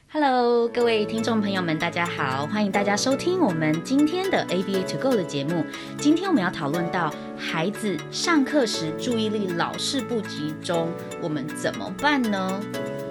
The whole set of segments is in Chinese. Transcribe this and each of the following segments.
Hello， 各位听众朋友们，大家好，欢迎大家收听我们今天的 ABA To Go 的节目。今天我们要讨论到孩子上课时注意力老是不集中，我们怎么办呢？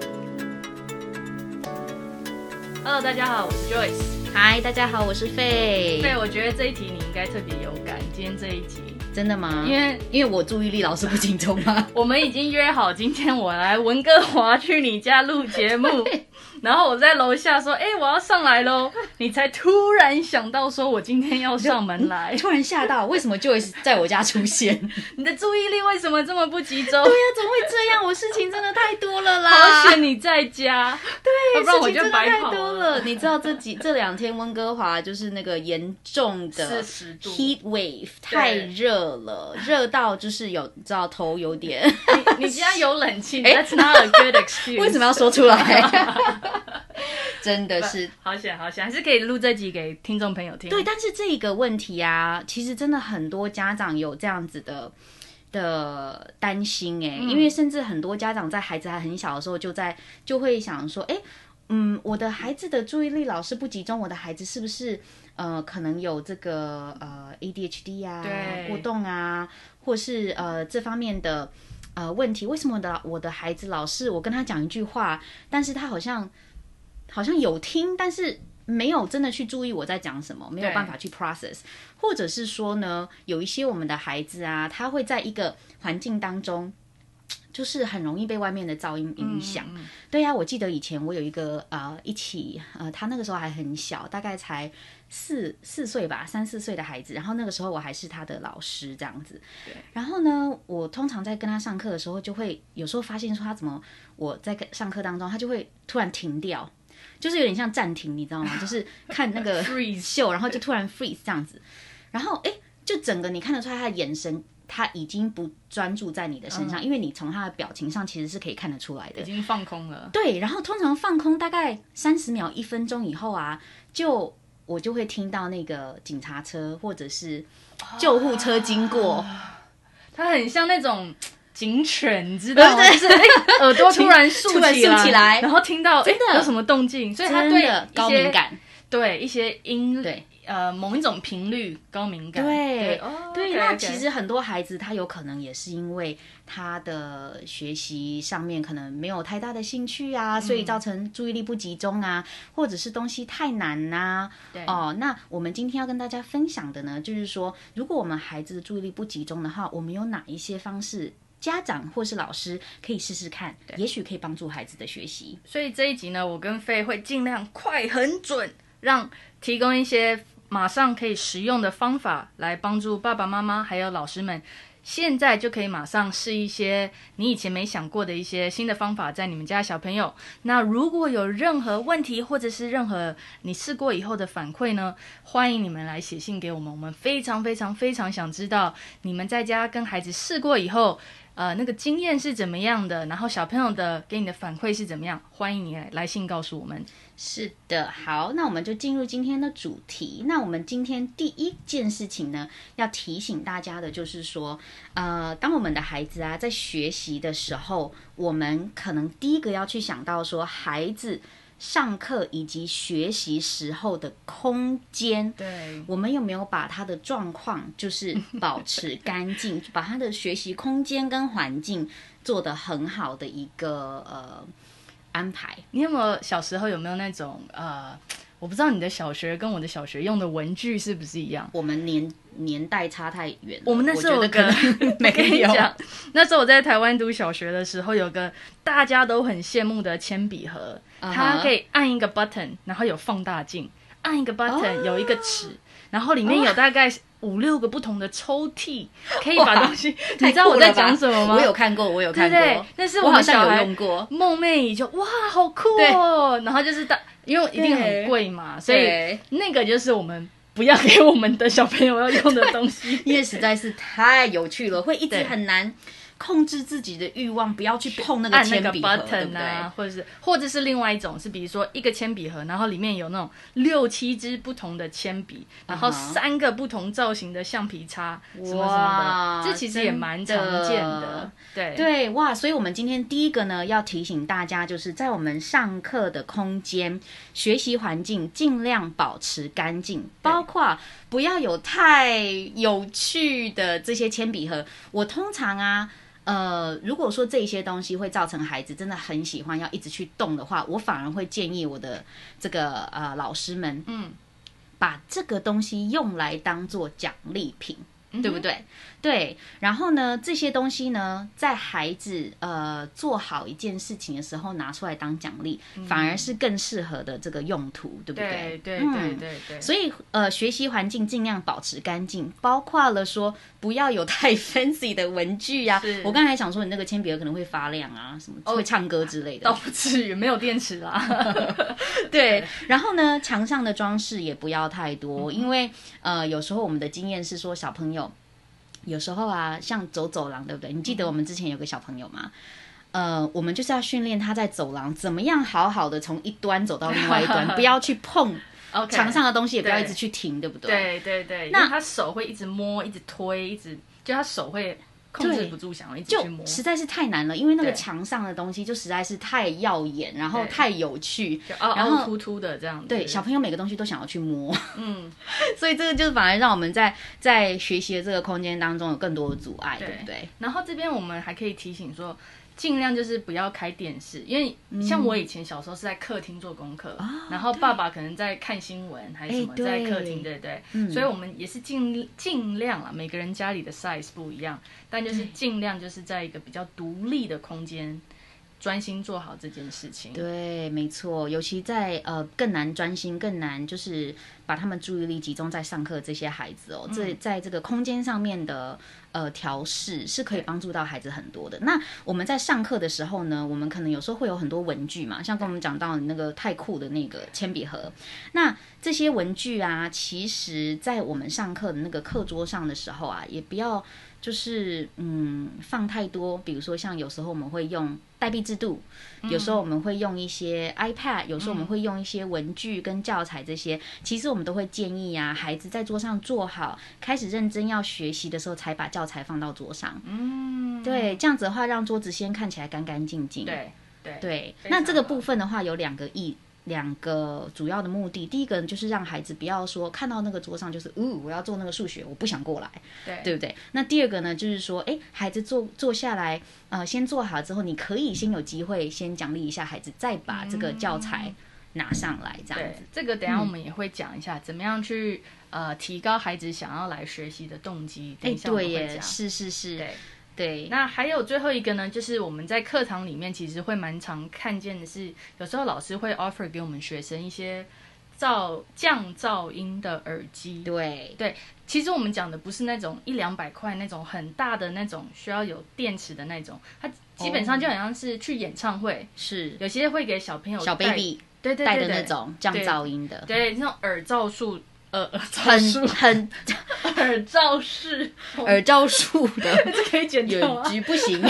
Hello， 大家好，我是 Joyce。 嗨，大家好，我是费。 费，我觉得这一题你应该特别有感，今天这一集。 真的吗？ 因为我注意力老是不集中吗？ 我们已经约好今天我来文哥华去你家录节目，然后我在楼下说，我要上来咯，你才突然想到说我今天要上门来， 突然吓到，为什么 Joyce 在我家出现？ 你的注意力为什么这么不集中？ 对呀，怎么会这样？我事情真的太多了啦！ 好险你在家， 对， 要不然我就白跑事情真的太多了。你知道这两天温哥华就是那个严重的 40度 heat wave， 太热了，热到就是你知道头有点。 你家有冷气，That's not a good excuse。 为什么要说出来？真的是好险，还是可以录这集给听众朋友听。 对，但是这个问题啊，其实真的很多家长有这样子的担心因为甚至很多家长在孩子还很小的时候就会想说，我的孩子的注意力老是不集中，我的孩子是不是可能有这个ADHD 啊，过动啊，或是这方面的问题？为什么我的孩子老是我跟他讲一句话，但是他好像有听，但是没有真的去注意我在讲什么，没有办法去 process， 或者是说呢，有一些我们的孩子啊，他会在一个环境当中，就是很容易被外面的噪音影响。对啊，我记得以前我有一个他那个时候还很小，大概才4岁吧，3、4岁的孩子，然后那个时候我还是他的老师这样子。然后呢，我通常在跟他上课的时候，就会有时候发现说他怎么我在上课当中，他就会突然停掉。就是有点像暂停，你知道吗？就是看那个秀，然后就突然 freeze 这样子，然后就整个你看得出来他的眼神，他已经不专注在你的身上，因为你从他的表情上其实是可以看得出来的， 已经放空了。 对，然后通常放空大概30秒、1分钟以后啊，我就会听到那个警察车或者是救护车经过， 他很像那种警犬，你知道吗？就是耳朵突然竖起来，然后听到有什么动静，所以他对高敏感， 对一些音某一种频率高敏感。 对，那 okay. 其实很多孩子他有可能也是因为他的学习上面可能没有太大的兴趣啊，所以造成注意力不集中啊，或者是东西太难啊。那我们今天要跟大家分享的呢，就是说如果我们孩子的注意力不集中的话，我们有哪一些方式家长或是老师可以试试看，也许可以帮助孩子的学习。 所以这一集呢，我跟费会尽量快很准，提供一些马上可以实用的方法，来帮助爸爸妈妈还有老师们现在就可以马上试一些你以前没想过的一些新的方法在你们家小朋友。那如果有任何问题或者是任何你试过以后的反馈呢，欢迎你们来写信给我们，我们非常非常非常想知道你们在家跟孩子试过以后那个经验是怎么样的，然后小朋友的给你的反馈是怎么样，欢迎你来信告诉我们。 是的，好，那我们就进入今天的主题。那我们今天第一件事情呢，要提醒大家的就是说，当我们的孩子啊在学习的时候，我们可能第一个要去想到说，孩子上课以及学习时候的空间， 对， 我们有没有把他的状况就是保持干净，把他的学习空间跟环境做得很好的一个安排。 你有没有小时候有没有那种我不知道你的小学跟我的小学用的文具是不是一样？ 我们年代差太远了， 我们那时候可能没有。 那时候我在台湾读小学的时候，有个大家都很羡慕的铅笔盒，它可以按一个 button， 然后有放大镜，按一个 button，有一个尺，然后里面有大概5、6个不同的抽屉，可以把东西。你知道我在讲什么吗？ 我有看过， 对，那是我好像有用过。 梦寐以求，哇，好酷哦！然后就是因为一定很贵嘛，所以那个就是我们不要给我们的小朋友要用的东西， 因为实在是太有趣了，会一直很难控制自己的欲望，不要去碰那个铅笔盒， 按那个 button 对不对？ 啊，或者是另外一种是，比如说一个铅笔盒，然后里面有那种6、7支不同的铅笔，然后3个不同造型的橡皮擦，什么什么的，这其实也蛮常见的。 对，哇！所以我们今天第一个呢，要提醒大家，就是在我们上课的空间、学习环境，尽量保持干净，包括不要有太有趣的这些铅笔盒。我通常啊。如果说这些东西会造成孩子真的很喜欢要一直去动的话，我反而会建议我的这个老师们，把这个东西用来当做奖励品，对不对？对，然后呢，这些东西呢，在孩子做好一件事情的时候拿出来当奖励，反而是更适合的这个用途，对不对？ 对。 所以学习环境尽量保持干净，包括了说不要有太 fancy 的文具啊。我刚才想说，你那个铅笔盒可能会发亮啊，什么会唱歌之类的， 倒不至于，没有电池啦。 对，然后呢，墙上的装饰也不要太多，因为有时候我们的经验是说，小朋友。有时候啊，像走廊，对不对？你记得我们之前有个小朋友吗？我们就是要训练他在走廊怎么样好好的从一端走到另外一端，不要去碰墙上的东西，也不要一直去停，对不对？ 对。那他手会一直摸，一直推，就他手会控制不住，想要一直去摸， 实在是太难了。因为那个墙上的东西就实在是太耀眼，然后太有趣， 然后凸凸的这样子。 对，小朋友每个东西都想要去摸，所以这个就反而让我们在学习的这个空间当中有更多的阻碍，对不对？ 然后这边我们还可以提醒说，尽量就是不要开电视，因为像我以前小时候是在客厅做功课，然后爸爸可能在看新闻还是什么，在客厅，对，所以我们也是尽量啦，每个人家里的 size 不一样，但就是尽量就是在一个比较独立的空间。专心做好这件事情。 对，没错，尤其在更难专心、更难就是把他们注意力集中在上课这些孩子哦，在这个空间上面的调试是可以帮助到孩子很多的。那我们在上课的时候呢，我们可能有时候会有很多文具嘛，像跟我们讲到那个太酷的那个铅笔盒，那这些文具啊，其实在我们上课的那个课桌上的时候啊，也不要。就是放太多，比如说像有时候我们会用代币制度，有时候我们会用一些 iPad， 有时候我们会用一些文具跟教材这些，其实我们都会建议啊，孩子在桌上坐好，开始认真要学习的时候，才把教材放到桌上。对，这样子的话，让桌子先看起来干干净净。对，那这个部分的话有两个主要的目的，第一个就是让孩子不要说看到那个桌上就是我要做那个数学，我不想过来，对不对？那第二个呢，就是说，孩子坐下来，先做好之后，你可以先有机会先奖励一下孩子，再把这个教材拿上来，这样子。 这个等一下我们也会讲一下，怎么样去提高孩子想要来学习的动机。等一下我们会讲。 是。对， 那还有最后一个呢，就是我们在课堂里面其实会蛮常看见的是，有时候老师会 offer 给我们学生一些降噪音的耳机。 对， 其实我们讲的不是那种100-200块那种很大的那种需要有电池的那种，它基本上就好像是去演唱会， 是有些会给小朋友小 baby 带的那种降噪音的， 对，那种耳罩数。 很耳罩式的， 这可以剪掉吗？ 耳机不行，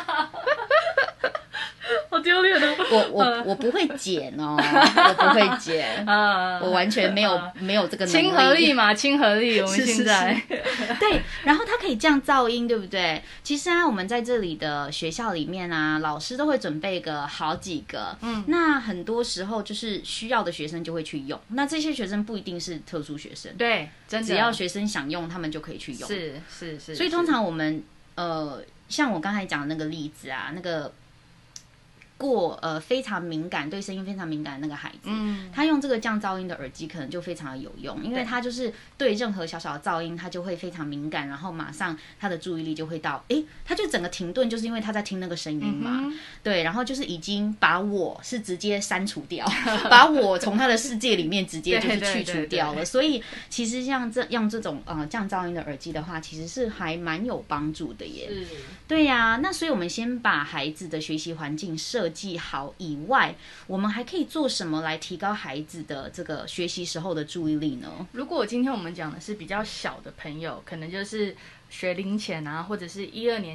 好丢脸哦！我不会剪哦，我不会剪我完全没有这个能力。 亲和力嘛，亲和力，我们现在对，然后它可以降噪音，对不对？其实啊，我们在这里的学校里面啊，老师都会准备个好几个，那很多时候就是需要的学生就会去用，那这些学生不一定是特殊学生， 对，真的， 只要学生想用，他们就可以去用， 是， 所以通常我们像我刚才讲的那个例子啊，那个。非常敏感，对声音非常敏感的那个孩子，他用这个降噪音的耳机可能就非常的有用，因为他就是对任何小小的噪音他就会非常敏感，然后马上他的注意力就会到，他就整个停顿，就是因为他在听那个声音嘛，对，然后就是已经把我是直接删除掉，把我从他的世界里面直接就是去除掉了，所以其实像用这种降噪音的耳机的话，其实是还蛮有帮助的耶。对呀，那所以我们先把孩子的学习环境设计好以外，我们还可以做什么来提高孩子的这个学习时候的注意力呢？ 如果今天我们讲的是比较小的朋友，可能就是学龄前啊，或者是1、2年级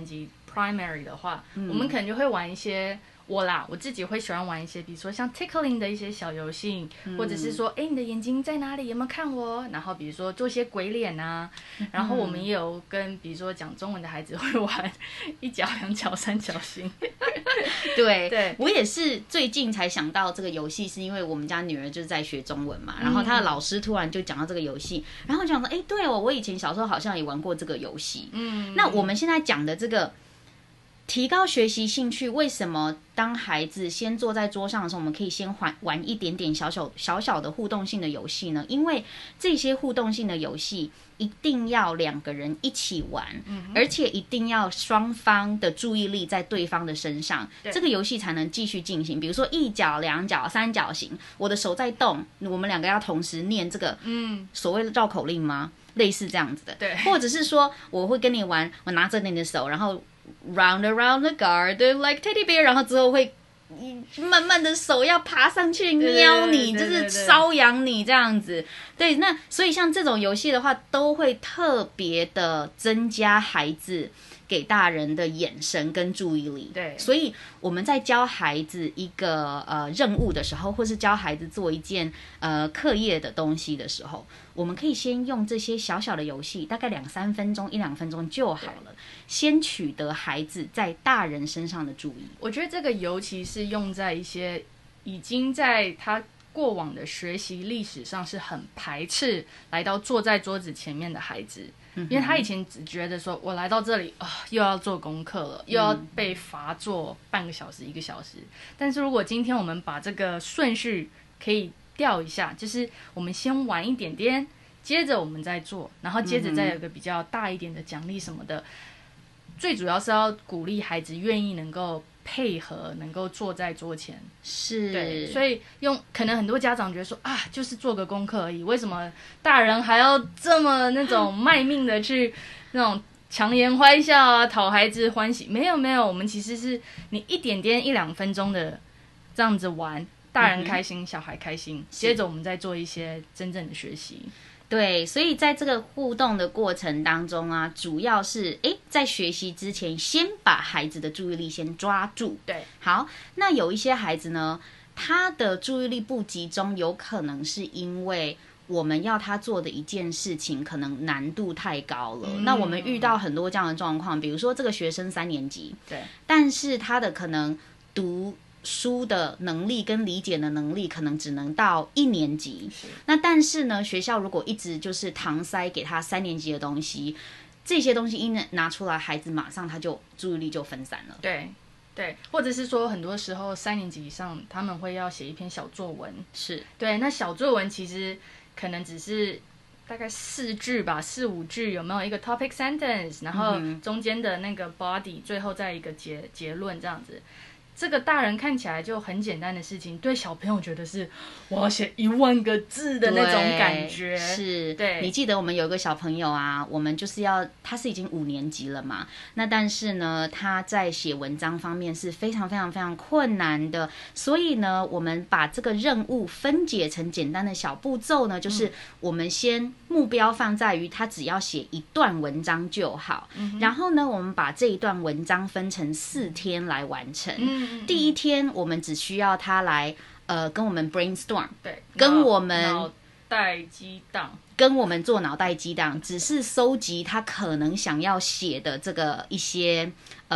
primary 的话，我们可能就会玩一些。我自己会喜欢玩一些，比如说像 tickling 的一些小游戏，或者是说，你的眼睛在哪里？有没有看我？然后比如说做一些鬼脸啊，然后我们也有跟比如说讲中文的孩子会玩一角、两角、三角形。 对，我也是最近才想到这个游戏，是因为我们家女儿就是在学中文嘛，然后她的老师突然就讲到这个游戏，然后我想说，对哦，我以前小时候好像也玩过这个游戏。那我们现在讲的这个。提高学习兴趣，为什么当孩子先坐在桌上的时候，我们可以先玩一点点小小的互动性的游戏呢？因为这些互动性的游戏一定要2个人一起玩，而且一定要双方的注意力在对方的身上，这个游戏才能继续进行。比如说一角、两角、三角形，我的手在动，我们2个要同时念这个，所谓的绕口令吗？类似这样子的， 对， 或者是说我会跟你玩，我拿着你的手，然后。Round around the garden like teddy bear， 然后之后会慢慢的手要爬上去喵你，就是搔痒你这样子。对，那所以像这种游戏的话，都会特别的增加孩子给大人的眼神跟注意力。 对， 所以我们在教孩子一个任务的时候，或是教孩子做一件课业的东西的时候，我们可以先用这些小小的游戏，大概2-3分钟、1-2分钟就好了，先取得孩子在大人身上的注意。 我觉得这个尤其是用在一些已经在他过往的学习历史上是很排斥来到坐在桌子前面的孩子，因为他以前只觉得说我来到这里又要做功课了，又要被罚做半个小时、1个小时。但是如果今天我们把这个顺序可以调一下，就是我们先玩一点点，接着我们再做，然后接着再有一个比较大一点的奖励什么的。最主要是要鼓励孩子愿意能够配合，能够坐在桌前。 是， 对，所以可能很多家长觉得说就是做个功课而已，为什么大人还要这么那种卖命的去那种强颜欢笑啊，讨孩子欢喜？没有，我们其实是你一点点1-2分钟的这样子玩，大人开心，小孩开心，接着我们再做一些真正的学习。 对，所以在这个互动的过程当中啊，主要是在学习之前，先把孩子的注意力先抓住。 对， 好，那有一些孩子呢，他的注意力不集中，有可能是因为我们要他做的一件事情可能难度太高了。那我们遇到很多这样的状况，比如说这个学生3年级， 对， 但是他的可能读书的能力跟理解的能力可能只能到1年级，那但是呢，学校如果一直就是搪塞给他3年级的东西，这些东西一拿出来，孩子马上他就注意力就分散了。 对，或者是说很多时候3年级以上他们会要写一篇小作文， 是对，那小作文其实可能只是大概4句吧，4-5句，有没有一个 topic sentence， 然后中间的那个 body， 最后再一个结论这样子。这个大人看起来就很简单的事情，对小朋友觉得是我要写10000个字的那种感觉。 是， 对。 你记得我们有一个小朋友啊，我们就是他是已经5年级了嘛，那但是呢，他在写文章方面是非常非常非常困难的，所以呢，我们把这个任务分解成简单的小步骤呢，就是我们先目标放在于他只要写1段文章就好，然后呢，我们把这一段文章分成4天来完成。第1天我们只需要他来跟我们 brainstorm， 对， 跟我们脑袋激荡， 跟我们做脑袋激荡，只是收集他可能想要写的这个一些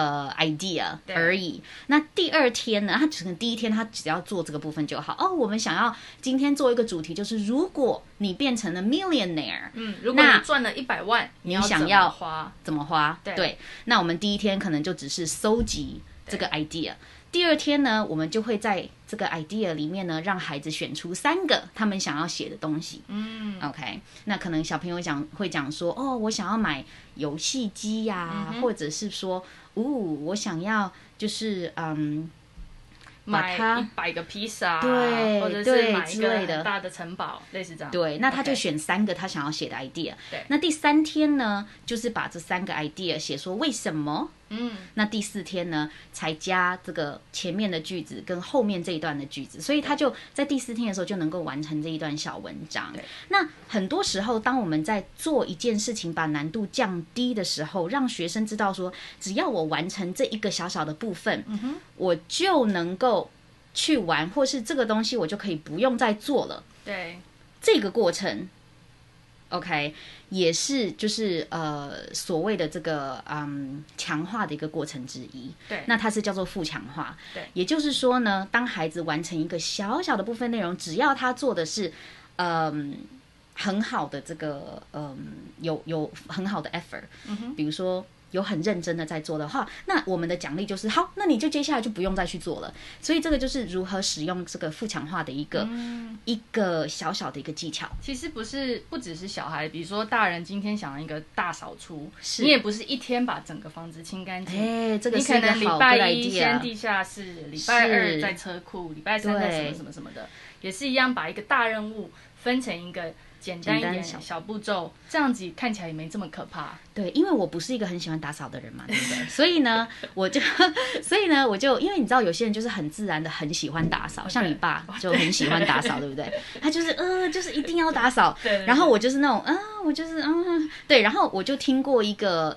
idea 而已。那第2天呢，他可能第1天他只要做这个部分就好。我们想要今天做一个主题，就是如果你变成了 millionaire， 如果你赚了100万， 你想要怎么花？ 对，那我们第1天可能就只是收集这个 idea。第2天呢，我们就会在这个 idea 里面呢，让孩子选出3个他们想要写的东西。OK， 那可能小朋友会讲说，我想要买游戏机呀，或者是说，我想要就是买100个披萨， 对， 或者是买一之类的个大的城堡，类似这样。 对，那他就选3个他想要写的 idea。 对， 那第3天呢，就是把这3个 idea 写说为什么那第4天呢才加这个前面的句子跟后面这一段的句子，所以他就在第4天的时候就能够完成这一段小文章。那很多时候当我们在做一件事情把难度降低的时候，让学生知道说只要我完成这一个小小的部分，我就能够去玩，或是这个东西我就可以不用再做了。 对， 这个过程 OK 也是就是所谓的这个强化的一个过程之一。 对， 那它是叫做负强化。 对， 也就是说呢，当孩子完成一个小小的部分内容，只要他做的是很好的这个有很好的 effort，比如说有很认真的在做的话，那我们的奖励就是好，那你就接下来就不用再去做了。所以这个就是如何使用这个负强化的一个小小的一个技巧。 其实不只是小孩，比如说大人今天想要一个大扫除，你也不是一天把整个房子清干净， 这个是一个好的 idea。 你可能礼拜1先地下室，礼拜2在车库，礼拜3在什么什么什么的，也是一样把一个大任务分成一个简单一点小步骤，这样子看起来也没这么可怕。 对，因为我不是一个很喜欢打扫的人嘛，对不对？所以呢，我就因为你知道有些人就是很自然的很喜欢打扫，像你爸就很喜欢打扫，对不对？他就是就是一定要打扫。 对。 然后我就是那种我就是对，然后我就听过一个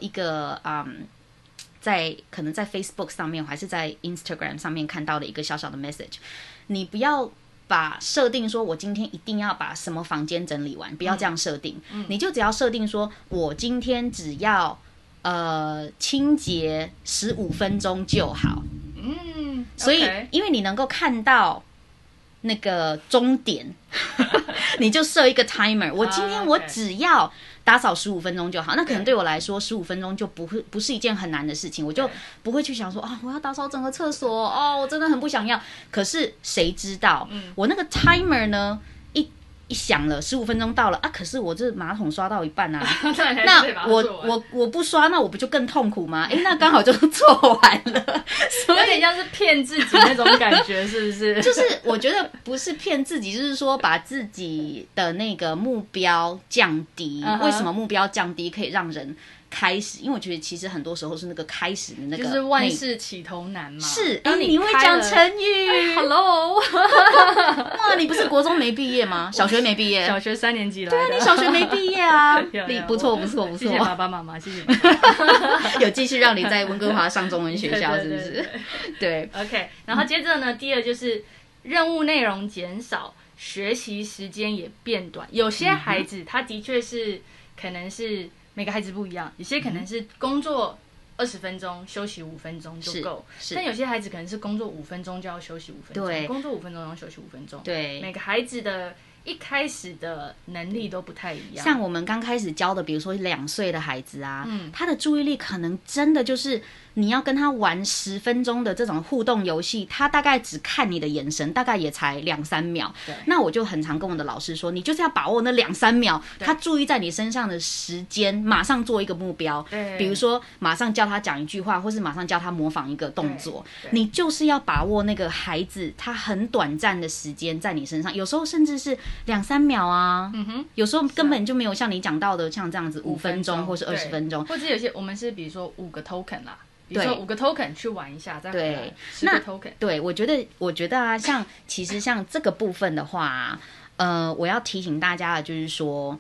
可能在 Facebook 上面还是在 Instagram 上面看到的一个小小的 message， 你不要把设定说我今天一定要把什么房间整理完，不要这样设定，你就只要设定说我今天只要清洁15分钟就好。所以因为你能够看到那个终点你就设一个 timer， 我今天我只要打扫15分钟就好。那可能对我来说15分钟就不是一件很难的事情，我就不会去想说我要打扫整个厕所我真的很不想要。可是谁知道我那个 timer 呢一响了15分钟到了可是我这马桶刷到一半那我不刷，那我不就更痛苦吗？那刚好就做完了。 所以有点像是骗自己那种感觉，是不是？ 就是我觉得不是骗自己，就是说把自己的那个目标降低。为什么目标降低可以让人开始？因为我觉得其实很多时候是那个开始的那个， 就是万事起头难嘛。 是，你会讲成语 ？Hello， 哇，你不是国中没毕业吗？小学没毕业， 小学3年级来的。 对啊，你小学没毕业啊，你不错。 谢谢爸爸妈妈，谢谢爸爸。 有继续让你在温哥华上中文学校，是不是？对。 OK， 然后接着呢，第二就是任务内容减少，学习时间也变短。有些孩子他的确是可能是。每个孩子不一样，有些可能是工作20分钟，休息5分钟就够，但有些孩子可能是工作5分钟就要休息5分钟，对，工作5分钟要休息5分钟， 对， 每个孩子的一开始的能力都不太一样。 像我们刚开始教的，比如说2岁的孩子他的注意力可能真的就是你要跟他玩10分钟的这种互动游戏，他大概只看你的眼神，大概也才2-3秒。那我就很常跟我的老师说，你就是要把握那2-3秒，他注意在你身上的时间，马上做一个目标。比如说马上叫他讲一句话，或是马上叫他模仿一个动作，你就是要把握那个孩子他很短暂的时间在你身上，有时候甚至是2-3秒啊，有时候根本就没有像你讲到的像这样子5分钟或是20分钟， 或者有些我们是比如说5个 token 啦。比如说5个 token 去玩一下，再回来10个 token。 对，我觉得其实像这个部分的话，我要提醒大家的就是说，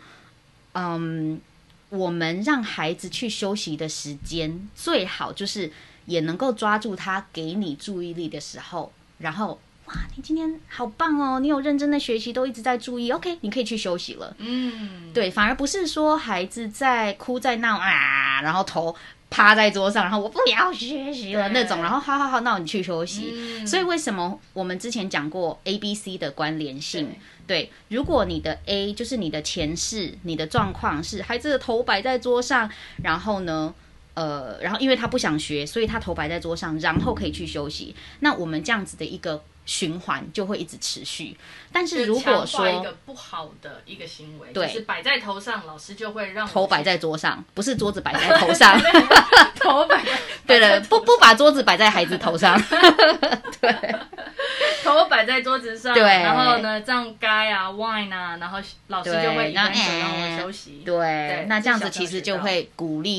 我们让孩子去休息的时间，最好就是也能够抓住他给你注意力的时候，然后哇，你今天好棒哦，你有认真的学习，都一直在注意 ，OK， 你可以去休息了。对，反而不是说孩子在哭在闹然后头趴在桌上，然后我不要学习了那种，然后好，那你去休息。所以为什么我们之前讲过 A、B、C 的关联性？对，如果你的 A 就是你的前世，你的状况是孩子的头摆在桌上，然后呢，然后因为他不想学，所以他头摆在桌上，然后可以去休息。那我们这样子的一个循环就会一直持续。但是如果说一个不好的一个行为，就是摆在头上，老师就会让头摆在桌上，不是桌子摆在头上， 头摆对了，不把桌子摆在孩子头上，对， 头摆在桌子上， 对， 然后呢，这样该wine 然后老师就会让我休息， 对，那这样子其实就会鼓励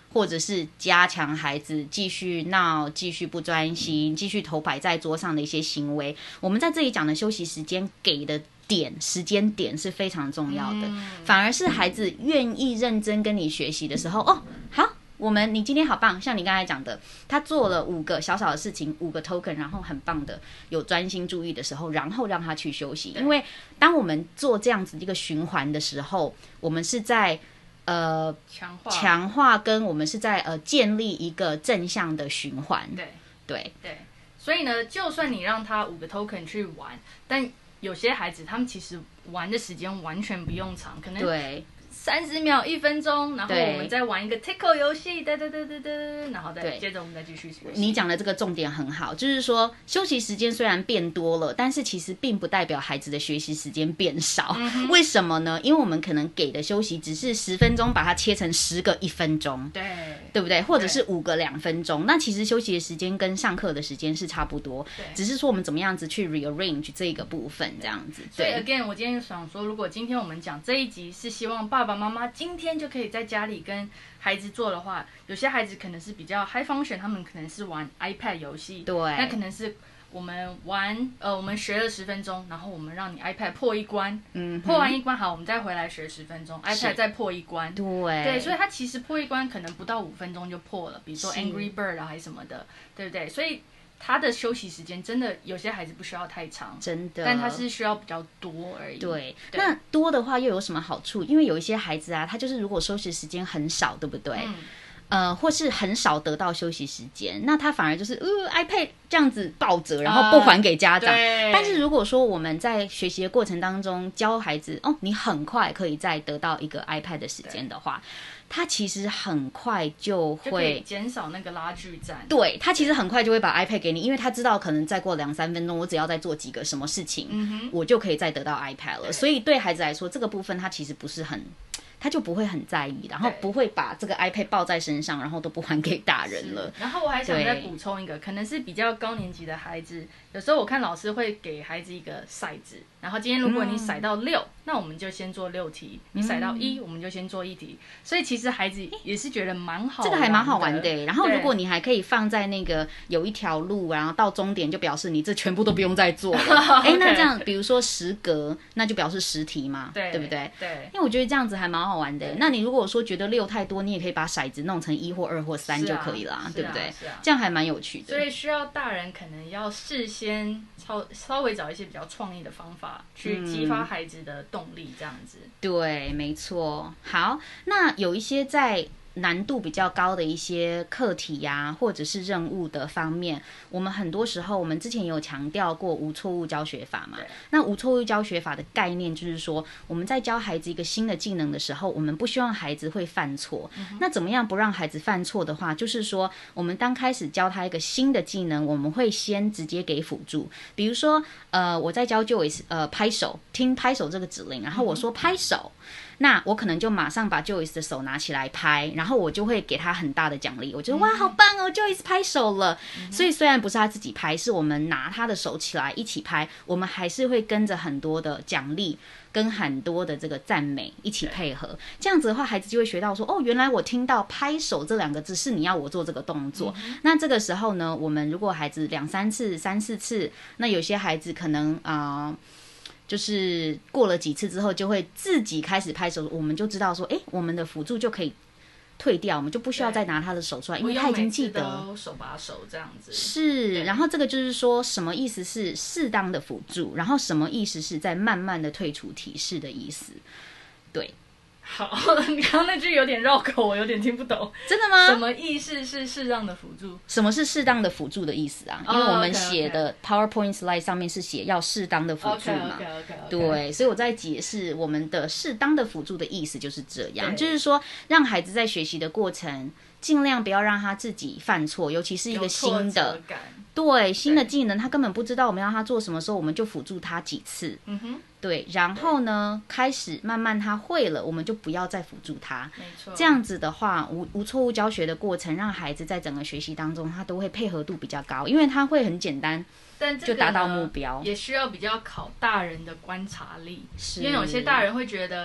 或者是加强孩子继续闹、继续不专心、继续头摆在桌上的一些行为。我们在这里讲的休息时间给的时间点是非常重要的，反而是孩子愿意认真跟你学习的时候，哦，好。你今天好棒，像你刚才讲的，他做了5个小小的事情，5个 token， 然后很棒的有专心注意的时候，然后让他去休息。因为当我们做这样子一个循环的时候，我们是在强化，跟我们是在建立一个正向的循环。对， 所以呢，就算你让他5个 token 去玩，但有些孩子他们其实玩的时间完全不用长，可能对。 30秒、1分钟，然后我们再玩一个 tickle 游戏，然后再接着我们再继续学习。 你讲的这个重点很好，就是说休息时间虽然变多了，但是其实并不代表孩子的学习时间变少。为什么呢？因为我们可能给的休息只是10分钟，把它切成10个1分钟，对不对？或者是5个2分钟，那其实休息的时间跟上课的时间是差不多，只是说我们怎么样子去 rearrange 这个部分，这样子。 所以 again， 我今天想说，如果今天我们讲这一集是希望爸爸妈妈今天就可以在家里跟孩子做的话，有些孩子可能是比较 high function， 他们可能是玩 iPad 游戏，那可能是我们我们学了10分钟，然后我们让你 iPad 破一关，破完一关好，我们再回来学10分钟 ，iPad 再破一关，对，所以它其实破一关可能不到5分钟就破了，比如说 Angry Bird 啊还是什么的，对不对？所以他的休息时间真的有些孩子不需要太长，真的，但他是需要比较多而已。 对，那多的话又有什么好处？因为有一些孩子啊，他就是如果休息时间很少，对不对？或是很少得到休息时间，那他反而就是iPad 这样子抱着，然后不还给家长。但是如果说我们在学习的过程当中教孩子，你很快可以再得到一个 iPad 的时间的话，他其实很快就会减少那个拉锯战。 对，他其实很快就会把 iPad 给你，因为他知道可能再过2-3分钟，我只要再做几个什么事情，我就可以再得到 iPad 了。所以对孩子来说，这个部分他其实不是很。他就不会很在意，然后不会把这个 iPad 抱在身上，然后都不还给大人了。 然后我还想再补充一个，可能是比较高年级的孩子，有时候我看老师会给孩子一个骰子，然后今天如果你骰到6，那我们就先做6题；你骰到1，我们就先做1题。所以其实孩子也是觉得蛮好玩的， 这个还蛮好玩的。然后如果你还可以放在那个有一条路，然后到终点就表示你这全部都不用再做了。那这样比如说10格，那就表示10题嘛，对不对？ 对， 因为我觉得这样子还蛮好玩的。那你如果说觉得6太多，你也可以把骰子弄成1或2或3就可以啦，对不对？这样还蛮有趣的。 所以需要大人可能要事先稍微找一些比较创意的方法，去激发孩子的动力，这样子。 对，没错。好，那有一些在难度比较高的一些课题呀，或者是任务的方面，我们很多时候，我们之前也有强调过无错误教学法嘛。那无错误教学法的概念就是说，我们在教孩子一个新的技能的时候，我们不希望孩子会犯错。那怎么样不让孩子犯错的话，就是说，我们当开始教他一个新的技能，我们会先直接给辅助。比如说，我在教Joyce拍手，听拍手这个指令，然后我说拍手。那我可能就马上把 Joyce 的手拿起来拍，然后我就会给他很大的奖励。我觉得哇，好棒哦 ，Joyce 拍手了。所以虽然不是他自己拍，是我们拿他的手起来一起拍，我们还是会跟着很多的奖励跟很多的这个赞美一起配合。这样子的话，孩子就会学到说，原来我听到拍手这2个字是你要我做这个动作。那这个时候呢，我们如果孩子2-3次、3-4次，那有些孩子可能就是过了几次之后，就会自己开始拍手，我们就知道说，我们的辅助就可以退掉，我们就不需要再拿他的手出来，因为他已经记得手把手这样子。 是，然后这个就是说，什么意思是适当的辅助，然后什么意思是在慢慢的退出提示的意思，对。 好，你刚刚那句有点绕口，我有点听不懂。 真的吗？ 什么意思是适当的辅助？ 什么是适当的辅助的意思啊？因为我们写的 PowerPoint slide 上面是写要适当的辅助嘛。对，所以我在解释我们的适当的辅助的意思就是这样，就是说让孩子在学习的过程尽量不要让他自己犯错，尤其是一个新的，对，新的技能，他根本不知道我们要他做什么时候，我们就辅助他几次。对，然后呢，开始慢慢他会了，我们就不要再辅助他。 没错， 这样子的话，无错误教学的过程，让孩子在整个学习当中，他都会配合度比较高，因为他会很简单， 但这个就达到目标。 也需要比较考大人的观察力，因为有些大人会觉得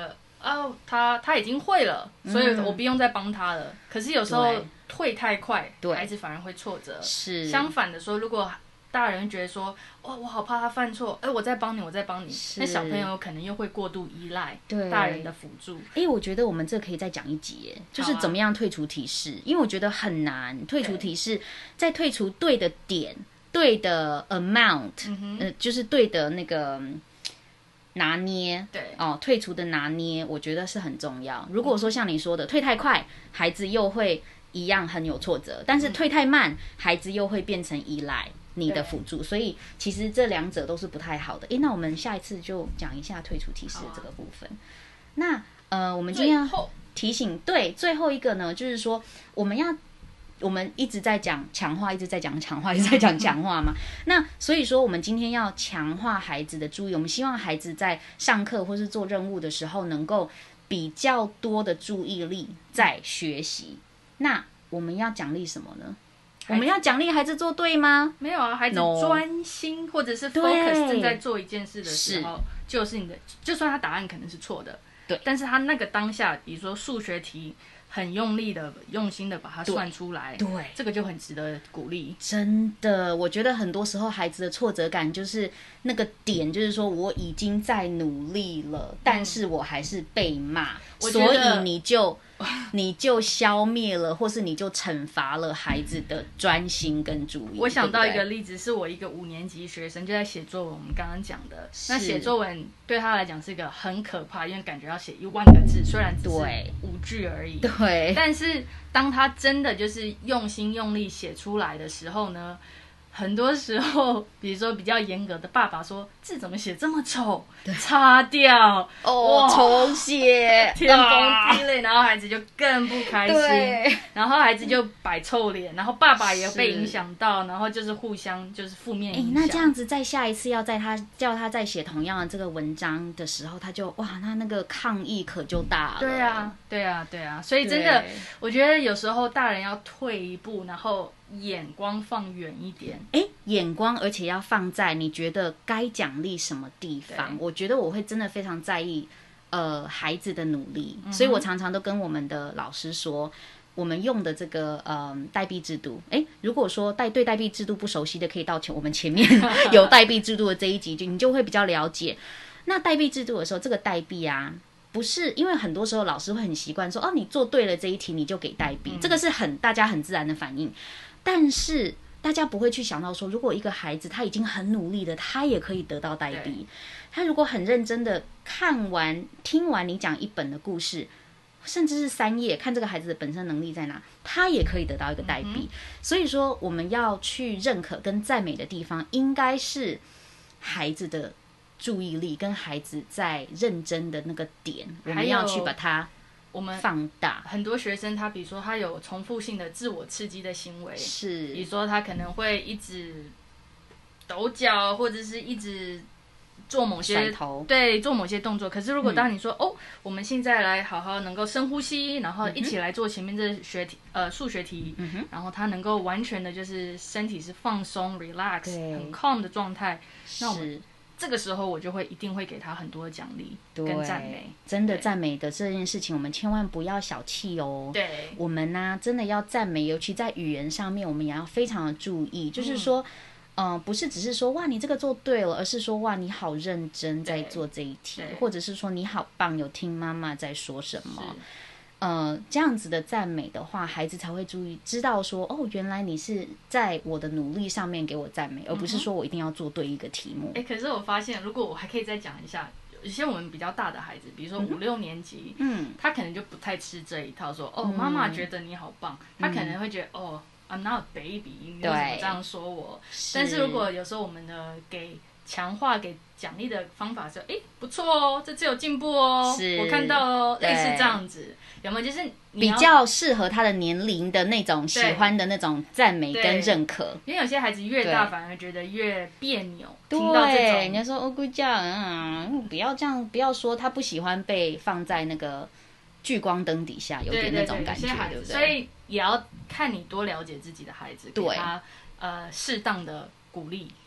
他已经会了，所以我不用再帮他了。可是有时候对退太快，孩子反而会挫折。 是相反的说，如果大人觉得说，哇，我好怕他犯错，我再帮你，我再帮你，那小朋友可能又会过度依赖大人的辅助。 我觉得我们这可以再讲一集耶，就是怎么样退除提示，因为我觉得很难退除提示，在退除对的点、对的 amount，就是对的那个拿捏， 对退除的拿捏，我觉得是很重要。如果说像你说的，退太快，孩子又会一样很有挫折；但是退太慢，孩子又会变成依赖你的辅助，所以其实这两者都是不太好的。那我们下一次就讲一下退出提示的这个部分。那我们今天要提醒，对，最后一个呢，就是说我们一直在讲强化，一直在讲强化，一直在讲强化嘛。那所以说，我们今天要强化孩子的注意，我们希望孩子在上课或是做任务的时候，能够比较多的注意力在学习。那我们要奖励什么呢？我们要奖励孩子做对吗？ 没有啊，孩子专心或者是 focus 正在做一件事的时候，就是你的，就算他答案可能是错的， 对， 但是他那个当下，比如说数学题，很用力的、用心的把它算出来， 对， 这个就很值得鼓励。 真的，我觉得很多时候孩子的挫折感就是那个点，就是说我已经在努力了，但是我还是被骂，所以你就消灭了，或是你就惩罚了孩子的专心跟注意。 我想到一个例子，是我一个5年级学生就在写作文，我们刚刚讲的，那写作文对他来讲是一个很可怕，因为感觉要写10000个字，虽然只是5句而已， 对， 但是当他真的就是用心用力写出来的时候呢，很多时候，比如说比较严格的爸爸说字怎么写这么丑，擦掉重写， 天崩地裂，然后孩子就更不开心，然后孩子就摆臭脸，然后爸爸也被影响到，然后就是互相就是负面影响。 那这样子，在下一次叫他再写同样的这个文章的时候，他就那个抗议可就大了。 对啊，所以真的，我觉得有时候大人要退一步，然后眼光放远一点。 眼光而且要放在你觉得该奖励什么地方。我觉得我会真的非常在意孩子的努力，所以我常常都跟我们的老师说，我们用的这个代币制度，如果说对代币制度不熟悉的，可以到我们前面有代币制度的这一集，你就会比较了解。那代币制度的时候，这个代币啊，不是因为很多时候老师会很习惯说，你做对了这一题你就给代币，这个是大家很自然的反应，但是大家不会去想到说，如果一个孩子他已经很努力了，他也可以得到代币。他如果很认真的听完你讲1本的故事，甚至是3页，看这个孩子的本身能力在哪，他也可以得到一个代币。所以说，我们要去认可跟赞美的地方，应该是孩子的注意力跟孩子在认真的那个点，我们要去把它放大。 很多学生他比如说他有重复性的自我刺激的行为， 是， 比如说他可能会一直抖脚，或者是一直做某些动作。可是如果当你说我们现在来好好能够深呼吸，然后一起来做前面这数学题，然后他能够完全的就是身体是放松 relax 很 calm 的状态，那我们这个时候我就一定会给他很多的奖励跟赞美。 真的赞美的这件事情，我们千万不要小气哦。 对， 我们呢真的要赞美，尤其在语言上面，我们也要非常的注意，就是说不是只是说哇你这个做对了，而是说哇你好认真在做这一题，或者是说你好棒，有听妈妈在说什么。这样子的赞美的话，孩子才会知道说原来你是在我的努力上面给我赞美，而不是说我一定要做对一个题目。 可是我发现，如果我还可以再讲一下，有些我们比较大的孩子，比如说5、6年级，他可能就不太吃这一套，说妈妈觉得你好棒，他可能会觉得I'm not a baby， 你为什么这样说我？但是如果有时候我们的强化给奖励的方法是，不错哦，这次有进步哦，我看到哦，类似这样子，有没有？就是比较适合他的年龄的那种喜欢的那种赞美跟认可。 因为有些孩子越大反而觉得越别扭，听到这种， 人家说姑丈，不要这样，不要说他不喜欢被放在那个聚光灯底下，有点那种感觉，对不对？ 所以也要看你多了解自己的孩子，给他适当的鼓励。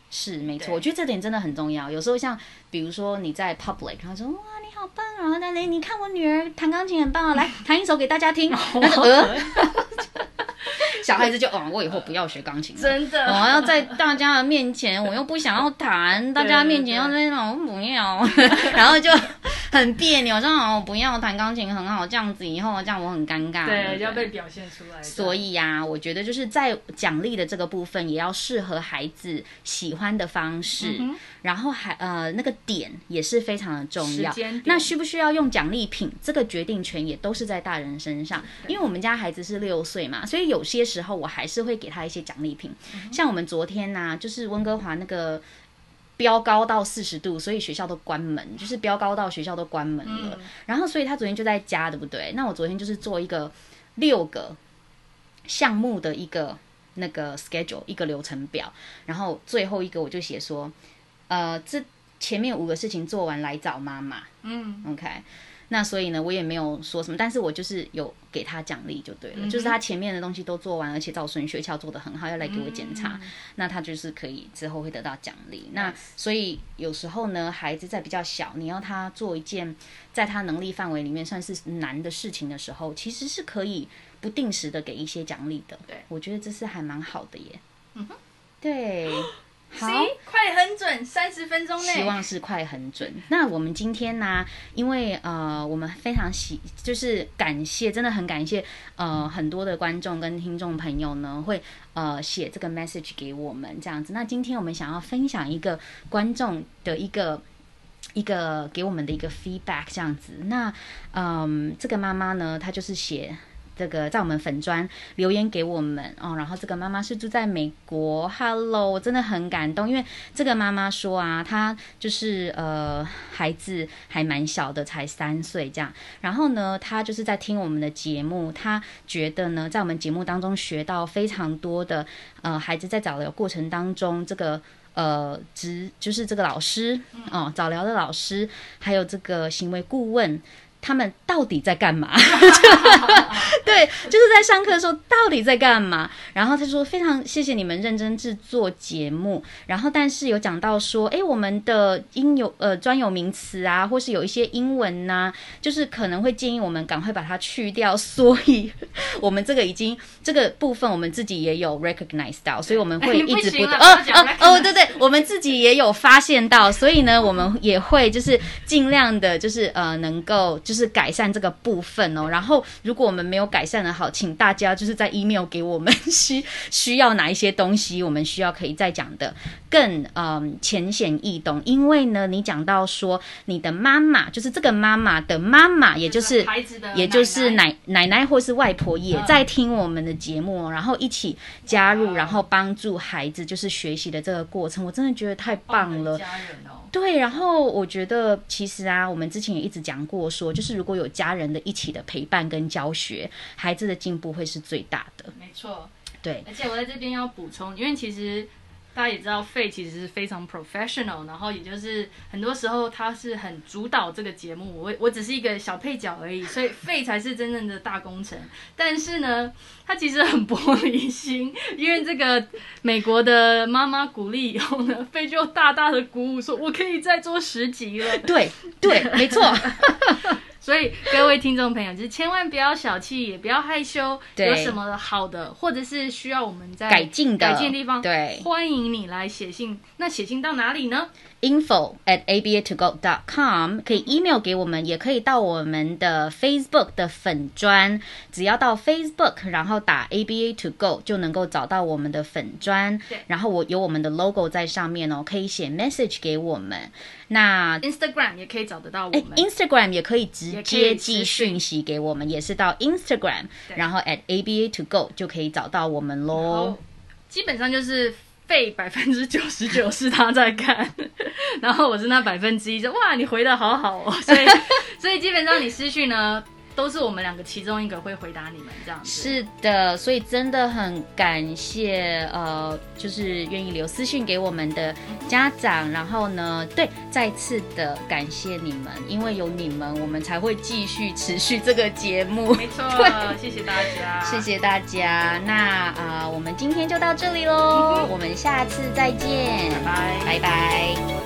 是没错，我觉得这点真的很重要。有时候像比如说你在 public， 然后说哇你好棒啊，来你看我女儿弹钢琴很棒啊，来弹一首给大家听，那就小孩子就我以后不要学钢琴了， 真的， 我要在大家的面前，我又不想要弹，大家面前要那种不要，然后就很别扭，说我不要弹钢琴很好，这样子以后这样我很尴尬， 对，要被表现出来。 所以啊，我觉得就是在奖励的这个部分，也要适合孩子喜欢的方式，然后那个点也是非常的重要。那需不需要用奖励品，这个决定权也都是在大人身上。因为我们家孩子是6岁嘛，所以有些时候我还是会给他一些奖励品。像我们昨天啊，就是温哥华那个飙高到40度，所以学校都关门，就是飙高到学校都关门了。然后所以他昨天就在家，对不对？那我昨天就是做一个6个项目的一个那个 schedule， 一个流程表，然后最后一个我就写说，这前面5个事情做完来找妈妈。OK。那所以呢，我也没有说什么，但是我就是有给他奖励就对了，就是他前面的东西都做完，而且照顺序而做得很好，要来给我检查，那他就是可以之后会得到奖励。那所以有时候呢，孩子在比较小，你要他做一件在他能力范围里面算是难的事情的时候，其实是可以不定时的给一些奖励的。对，我觉得这是还蛮好的耶。对。好， 快很准，30分钟内， 希望是快很准。那我们今天呢，因为我们非常就是感谢，真的很感谢很多的观众跟听众朋友呢，会写这个 message 给我们这样子。那今天我们想要分享一个观众的一个给我们的一个 feedback 这样子。那这个妈妈呢，她就是写这个在我们粉专留言给我们然后这个妈妈是住在美国 ，Hello， 我真的很感动，因为这个妈妈说啊，她就是孩子还蛮小的，才3岁这样，然后呢，她就是在听我们的节目，她觉得呢，在我们节目当中学到非常多的孩子在早疗过程当中这个。就是这个老师早疗的老师，还有这个行为顾问。他们到底在干嘛？对，就是在上课的时候到底在干嘛？然后他说非常谢谢你们认真制作节目，然后但是有讲到说，我们的专有名词啊，或是有一些英文啊，就是可能会建议我们赶快把它去掉，所以我们这个部分我们自己也有 recognize 到，所以我们会一直对，我们自己也有发现到，所以呢，我们也会就是尽量的，就是能够就是改善这个部分然后如果我们没有改善的好，请大家就是在 email 给我们需要哪一些东西，我们需要可以再讲的更浅显易懂。因为呢，你讲到说你的妈妈，就是这个妈妈的妈妈，也就是孩子的也就是奶奶或是外婆也在听我们的节目然后一起加入，然后帮助孩子就是学习的这个过程，我真的觉得太棒了。对，然后我觉得其实啊，我们之前也一直讲过说，就是如果有家人的一起的陪伴跟教学，孩子的进步会是最大的。 没错， 对。 而且我在这边要补充，因为其实大家也知道费其实是非常 professional， 然后也就是很多时候他是很主导这个节目，我只是一个小配角而已，所以费才是真正的大工程。但是呢，他其实很玻璃心，因为这个美国的妈妈鼓励以后呢，费就大大的鼓舞说，我可以再做10集了。 对，没错。 所以各位听众朋友，就是千万不要小气，也不要害羞，有什么好的或者是需要我们在改进的地方，对，欢迎你来写信。那写信到哪里呢？info@aba2go.com 可以 email 给我们，也可以到我们的 Facebook 的粉专，只要到 Facebook 然后打 aba2go 就能够找到我们的粉专，然后有我们的 logo 在上面可以写 message 给我们。那 Instagram 也可以找得到我们 ，Instagram 也可以直接寄讯息给我们，也是到 Instagram 然后 @aba2go 就可以找到我们咯。 基本上就是费99%是他在看，然后我是那1%，就哇，你回的好好所以基本上你私讯呢， 都是我们2个其中一个会回答你们这样子。 是的，所以真的很感谢就是愿意留私讯给我们的家长，然后呢，对，再次的感谢你们，因为有你们，我们才会继续持续这个节目。 没错，谢谢大家， 谢谢大家。那我们今天就到这里喽，我们下次再见， 拜拜， 拜拜。